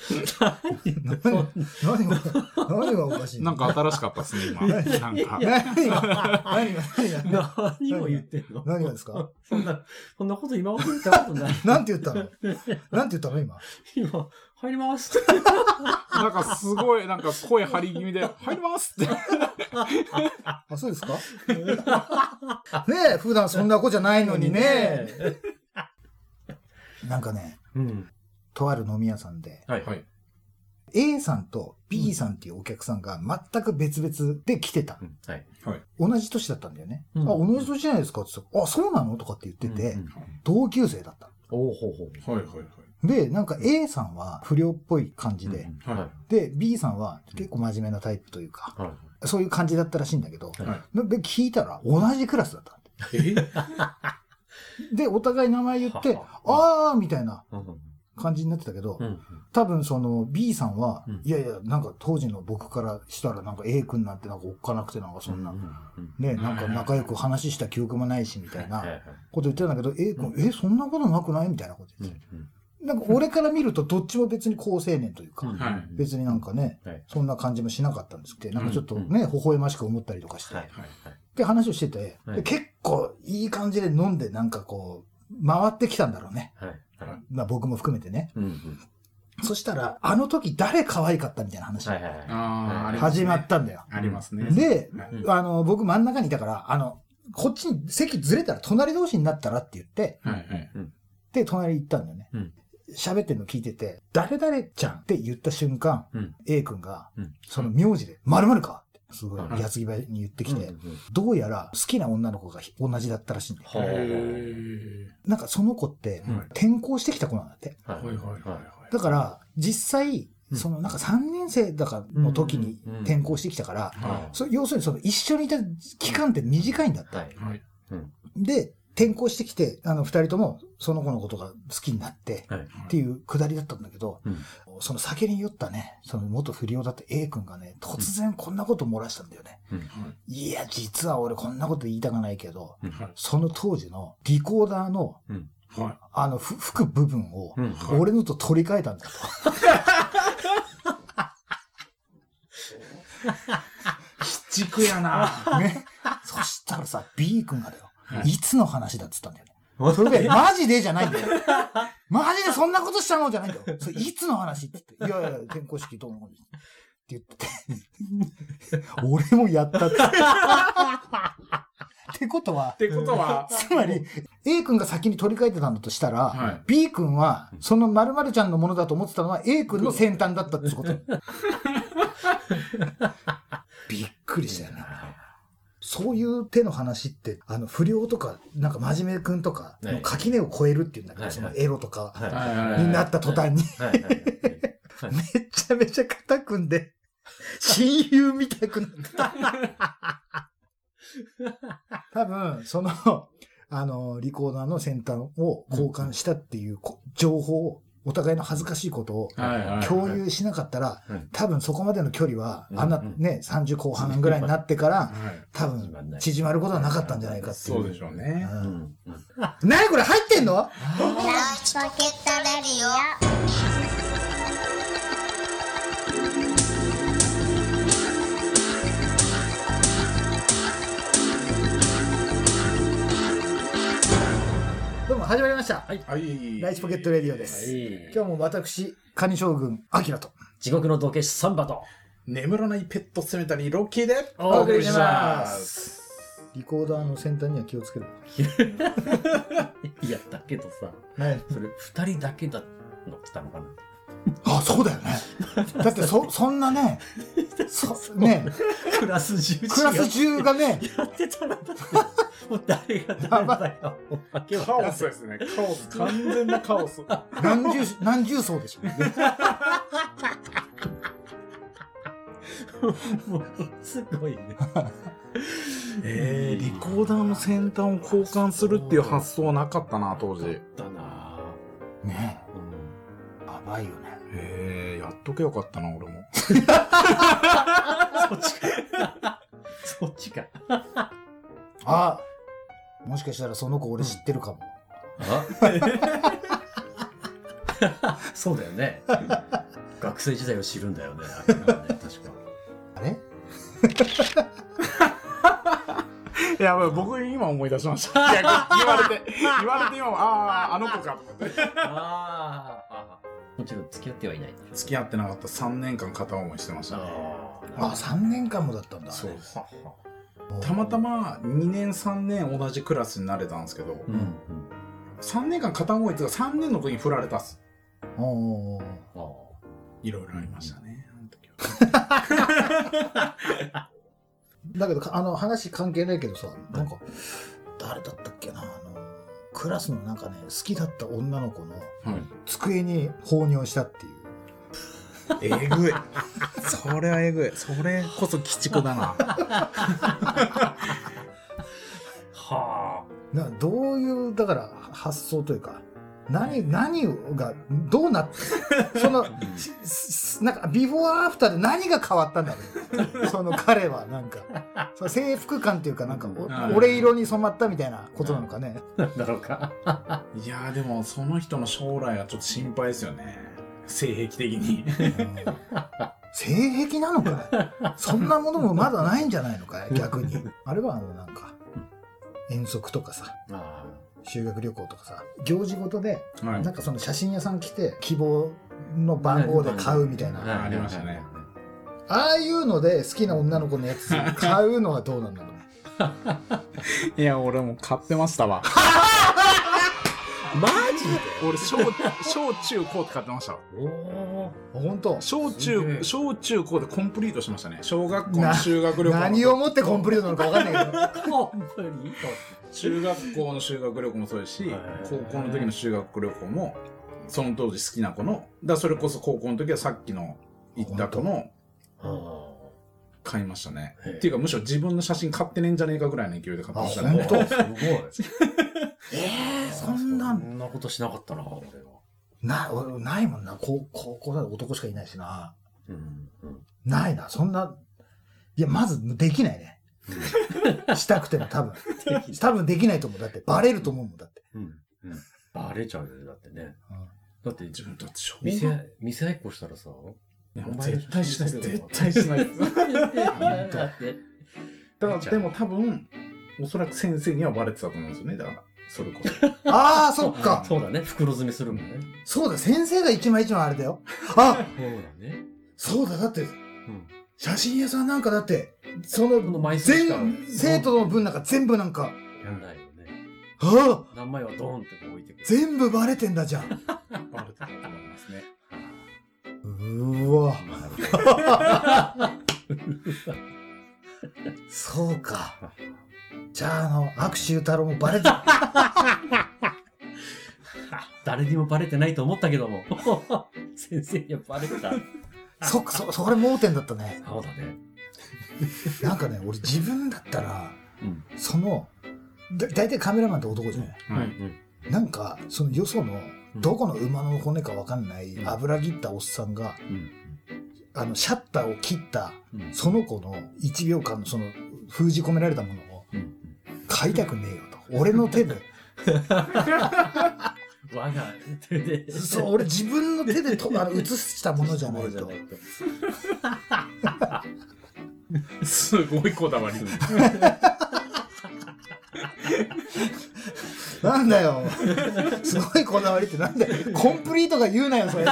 何がおかしいの？ なんか新しかったですね、今。なんか。 何を言ってんの？ 何がですか？ そんなこと今まで言ったことない。 なんて言ったの？なんて言ったの今？ 今、入りますって。 なんかすごい、なんか声張り気味で、入りますって。 あ、そうですか？ねえ、普段そんな子じゃないのにね。なんかね、とある飲み屋さんで、 はい。 A さんと B さんっていうお客さんが全く別々で来てた。 はい。 同じ年だったんだよね。 うんあ、同じ年じゃないですかって言ったら、あ、そうなのとかって言ってて、同級生だった。 おほうほう。 はいはいはい。 で、なんか A さんは不良っぽい感じで、 はで、B さんは結構真面目なタイプというか、そういう感じだったらしいんだけど、 い。はい。 で、聞いたら同じクラスだった。で、お互い名前言って、あーみたいな感じになってたけど、多分その B さんは、いやいや、なんか当時の僕からしたらなんか A 君なんてなんかおっかなくてなんかそんな、ね、なんか仲良く話した記憶もないしみたいなこと言ってたんだけど、A 君、そんなことなくないみたいなこと言って。なんか俺から見るとどっちも別に好青年というか、別になんかね、そんな感じもしなかったんですけど、なんかちょっとね、微笑ましく思ったりとかして、で話をしてて、結構いい感じで飲んでなんかこう、回ってきたんだろうね。まあ僕も含めてね。そしたら、あの時誰可愛かったみたいな話が始まったんだよ。 ありますね。 で、僕真ん中にいたから、こっちに席ずれたら隣同士になったらって言って、で、隣行ったんだよね。喋ってるの聞いてて、誰々ちゃんって言った瞬間、A 君が、その名字で、〇〇かってすごい矢継ぎ早に言ってきて、どうやら好きな女の子が同じだったらしいんだよ。なんかその子って、転校してきた子なんだって。だから、実際、そのなんか3年生だかの時に転校してきたから、要するにその一緒にいた期間って短いんだって。で、転校してきて、二人ともその子のことが好きになって、っていうくだりだったんだけど、その酒に酔ったね、その元不良だった A 君がね、突然こんなこと漏らしたんだよね。いや、実は俺こんなこと言いたくないけど、その当時のリコーダーの、吹く部分を、俺のと取り替えたんだと。 鬼畜やな。 ね。そしたらさ、B 君がだよ。いつの話だっつったんだよね。それで、マジでじゃないんだよ。マジでそんなことしたのじゃないんだよ。それいつの話って言って。いやいや、転校式どうのって言ってて。俺もやったって。ってことは、つまり、A 君が先に取り替えてたんだとしたら、B 君は、その〇〇ちゃんのものだと思ってたのは A 君の先端だったってこと。びっくりしたよね。そういう手の話って、不良とか、なんか真面目くんとかの垣根を越えるっていうんだけど、そのエロとかになった途端に、めちゃめちゃ肩組んで、親友みたくなった。多分、その、リコーダーの先端を交換したっていう情報を、お互いの恥ずかしいことを共有しなかったら、多分そこまでの距離は、あんなね、30後半ぐらいになってから、多分縮まることはなかったんじゃないかっていう。 そうでしょうね。 何これ入ってんの？ ラジポケットレディどうも始まりました。 はい。 ライチポケットレディオです。今日も私、カニ将軍、アキラと。 地獄の道化師サンバと。 眠らないペットセメタリーロッキーでお送りします。 リコーダーの先端には気をつける。 いや、だけどさ、それ2人だけだの来たのかな。 あ、そうだよね。だってそんなね、ね、 クラス中がね、 やってたらだって、もう誰が誰だよ。 カオスですね。カオス。完全なカオス。 何重層でしょ。 もう、すごいね。 リコーダーの先端を交換するっていう発想はなかったな、当時。 だなねえ。やばいよね。 やっとけよかったな、俺も。 そっちか。 あ、もしかしたらその子俺知ってるかも。 そうだよね。 学生時代を知るんだよね。確か。 あれいや、僕今思い出しました。言われて今あの子かと思って。 もちろん付き合ってはいない。 付き合ってなかった3年間片思いしてましたね。 3年間もだったんだ。 そうです。たまたま2年3年同じクラスになれたんですけど、3年間片思いっていうか3年の時に振られたっす。いろいろありましたね、あの時は。 だけど話関係ないけどさ、なんか誰だったっけな、クラスのなんかね好きだった女の子の机に放尿したっていう。 えぐい。それはえぐい。それこそ鬼畜だな。 はあ。どういうだから発想というか。何がどうなってそのなんかビフォーアフターで何が変わったんだろうその彼はなんかその征服感っていうかなんか俺色に染まったみたいなことなのかね。 なんだろうか。 いやでもその人の将来はちょっと心配ですよね、性癖的に。 性癖なのかい。そんなものもまだないんじゃないのかい逆に。あれはなんか遠足とかさ、修学旅行とかさ、行事ごとで、なんかその写真屋さん来て希望の番号で買うみたいな、 ありましたね。 ああいうので好きな女の子のやつ買うのはどうなんだろうね。 いや俺も買ってましたわ。 マジで俺小中高って買ってました。 本当。 小中高でコンプリートしましたね。小学校の修学旅行。 何をもってコンプリートなのか分かんないけど。 コンプリート。 中学校の修学旅行もそうですし、高校の時の修学旅行もその当時好きな子の、それこそ高校の時はさっきの言った子の買いましたね。っていうかむしろ自分の写真買ってねえんじゃねえかぐらいの勢いで買ってましたね。 本当。 すごい。 そんなことしなかったな、俺は。 ないもんな。高校だと男しかいないしな。ないな。そんな。いや、まずできないね。したくても多分できないと思う。だってバレると思うもんだって。 バレちゃうよね、だってね。だって自分だって店合いっこしたらさ、 絶対しないです。絶対しないです。だからでも多分おそらく先生にはバレてたと思うんですよね。だからそれこそ。 ああ、そっか。 そうだね。袋詰めするもんね。 そうだ、先生が一枚一枚あれだよ。あ、 そうだね。 そうだ、だって、写真屋さんなんかだって、その生徒の分なんか全部なんか。 やんないよね。 ああ、 何枚はドーンって置いてくる。 全部バレてんだじゃん。 バレてたと思いますね。 わ。そうか。じゃあ悪手太郎もバレて誰にもバレてないと思ったけども先生にはバレてた。 それ盲点だったね。 そうだね。 なんかね、俺自分だったら、だいたいカメラマンって男じゃない、なんかそのよそのどこの馬の骨か分かんない油切ったおっさんが、シャッターを切ったその子の1秒間のその封じ込められたものを買いたくねえよと。俺の手で我が手でそう、俺自分の手で写したものじゃないと。 すごいこだわり。 なんだよ。すごいこだわりってなんだよ。コンプリートが言うなよ、それ。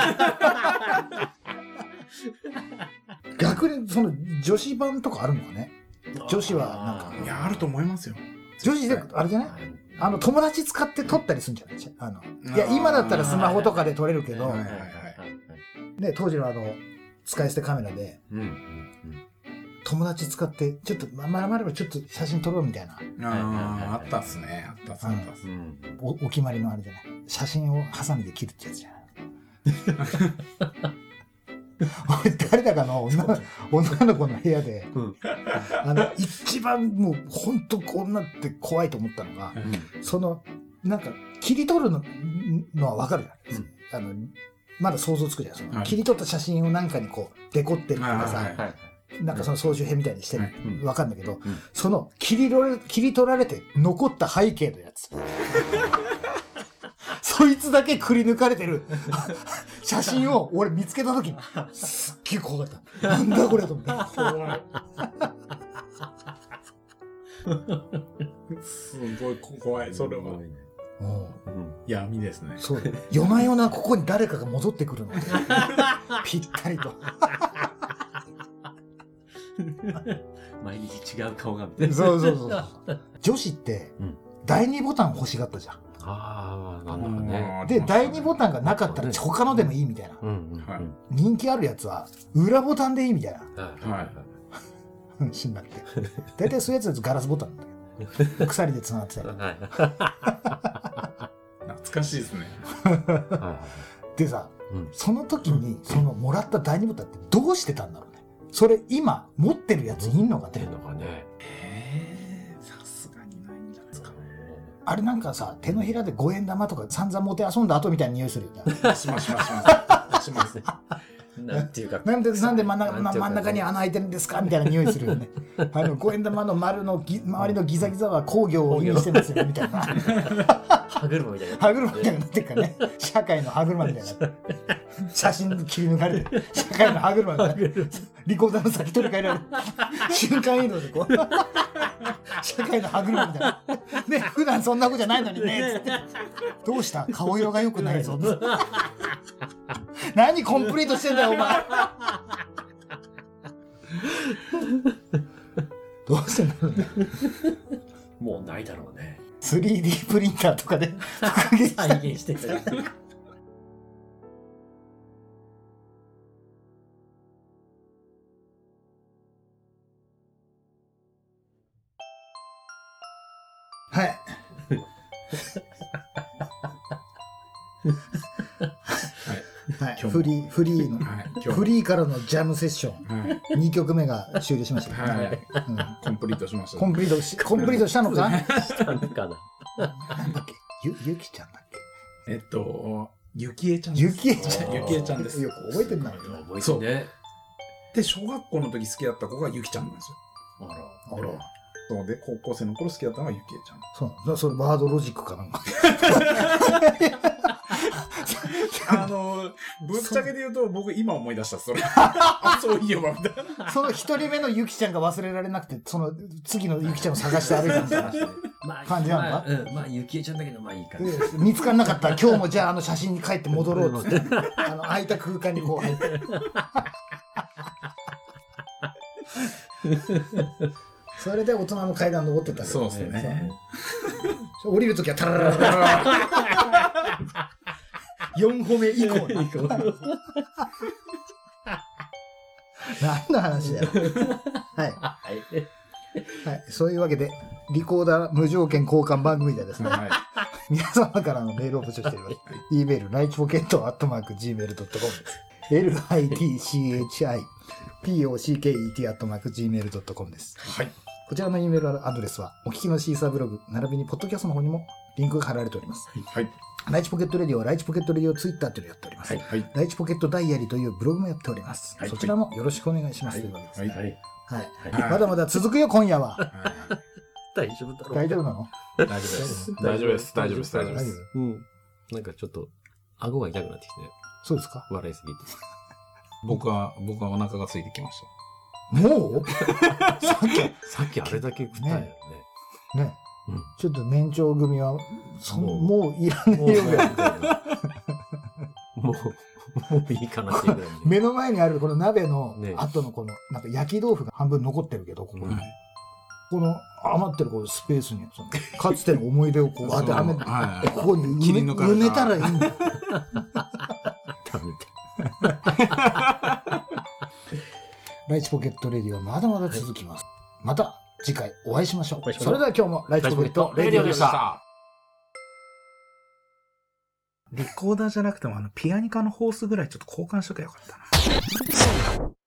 逆にその女子版とかあるのかね。女子はなんか。 いや、あると思いますよ。 女子であれじゃない？友達使って撮ったりするんじゃない？いや、今だったらスマホとかで撮れるけど、ね、当時の使い捨てカメラで、友達使って、ちょっと、まればちょっと写真撮ろうみたいな。 あったっすね。あったっす。 お決まりのあれじゃない。写真をハサミで切るってやつじゃない。俺誰だかの女の子の部屋で、一番もう本当女って怖いと思ったのが、そのなんか切り取るのは分かるじゃない。まだ想像つくじゃん。その切り取った写真をなんかにこうデコってるとかさ、なんかその総集編みたいにしてる、分かるんだけど、その切り取られて残った背景のやつ。そいつだけくり抜かれてる写真を俺見つけた時に、すっげえ怖かった。なんだこれと思って。 すごい怖い、それは。闇ですね。 そう。夜な夜なここに誰かが戻ってくるので、ぴったりと。 毎日違う顔が見てる。 そう。女子って、第2ボタン欲しがったじゃん。 ああ、なんだろうね。 で、第2ボタンがなかったら他のでもいいみたいな。人気あるやつは、裏ボタンでいいみたいな。話になって。大体そういうやつガラスボタンなんだけど。鎖で繋がってたら。 懐かしいですね。 でさ、その時に、そのもらった第2ボタンってどうしてたんだろうね。それ今持ってるやついんのかって。 さすがにないんじゃないですかね。 あれなんかさ、手のひらで5円玉とか散々持て遊んだ後みたいな匂いするよね。 します。 なんていうか。 なんで真ん中に穴開いてるんですかみたいな匂いするよね。5円玉の丸の周りのギザギザは工業を意味してますよねみたいな。 歯車みたいな。 歯車みたいになってるからね。社会の歯車みたいな。写真切り抜かれて、社会の歯車みたいな。リコーダーの先取り替えられる。瞬間移動でこう。社会の歯車みたいな。ね、普段そんな子じゃないのにね。つってどうした顔色が良くないぞ。何コンプリートしてんだよお前。どうしてんだろうね。 もうないだろうね。 3D プリンターとかで復元再現してたり。 はいフリーの、フリーからのジャムセッション、2曲目が終了しました。 コンプリートしました。 コンプリートしたのか？ したのかな。 なんだっけ？ゆきちゃんだっけ？ ゆきえちゃん。 ゆきえちゃん。 ゆきえちゃんです。 よく覚えてるな。 覚えてるね。 で、小学校の時好きだった子がゆきちゃんなんですよ。あら。そうで、高校生の頃好きだったのがゆきえちゃん。 それワードロジックかなんか。 ぶっちゃけで言うと僕今思い出したそれ。そういえばみたいな。 その一人目のゆきちゃんが忘れられなくて、その次のゆきちゃんを探して歩いたみたいな感じなのか？ まあゆきえちゃんだけどまあいいかな。 見つからなかったら今日もじゃあ写真に帰って戻ろうって空いた空間にこう入って。それで大人の階段登ってたけど。 そうですね。 降りるときはタラララララ。4歩目以降何の話だよ。はい、そういうわけでリコーダー無条件交換番組でですね、皆様からのメールを募集しております。e メールlightpocket@gmail.com lightpocket@gmail.com です。 はい。 こちらの E メールアドレスはお聞きのシーサーブログ並びにポッドキャストの方にもリンクが貼られております。 はい。 ライチポケットレディオはライチポケットレディオツイッターというのをやっております。はい。ライチポケットダイアリーというブログもやっております。そちらもよろしくお願いしますというわけですね。はい。まだまだ続くよ今夜は。 大丈夫だろう。 大丈夫なの？ 大丈夫です。大丈夫です。大丈夫です。大丈夫です。 うん。なんかちょっと顎が痛くなってきて。 そうですか？ 笑いすぎて。 僕はお腹が空いてきました。 もう？ さっきあれだけ食ったよね。 ね。ちょっと年長組はもういらねえよぐらい。 もういいかなっていうぐらい。 目の前にあるこの鍋の後のこのなんか焼き豆腐が半分残ってるけど、ここにこの余ってるこのスペースにかつての思い出をこう当てはめてここに埋めたらいいんだよ。ライチポケットレディオはまだまだ続きます。また次回お会いしましょう。それでは今日もライチポケットレディオでした。 リコーダーじゃなくてもピアニカのホースぐらいちょっと交換しとけばよかったな。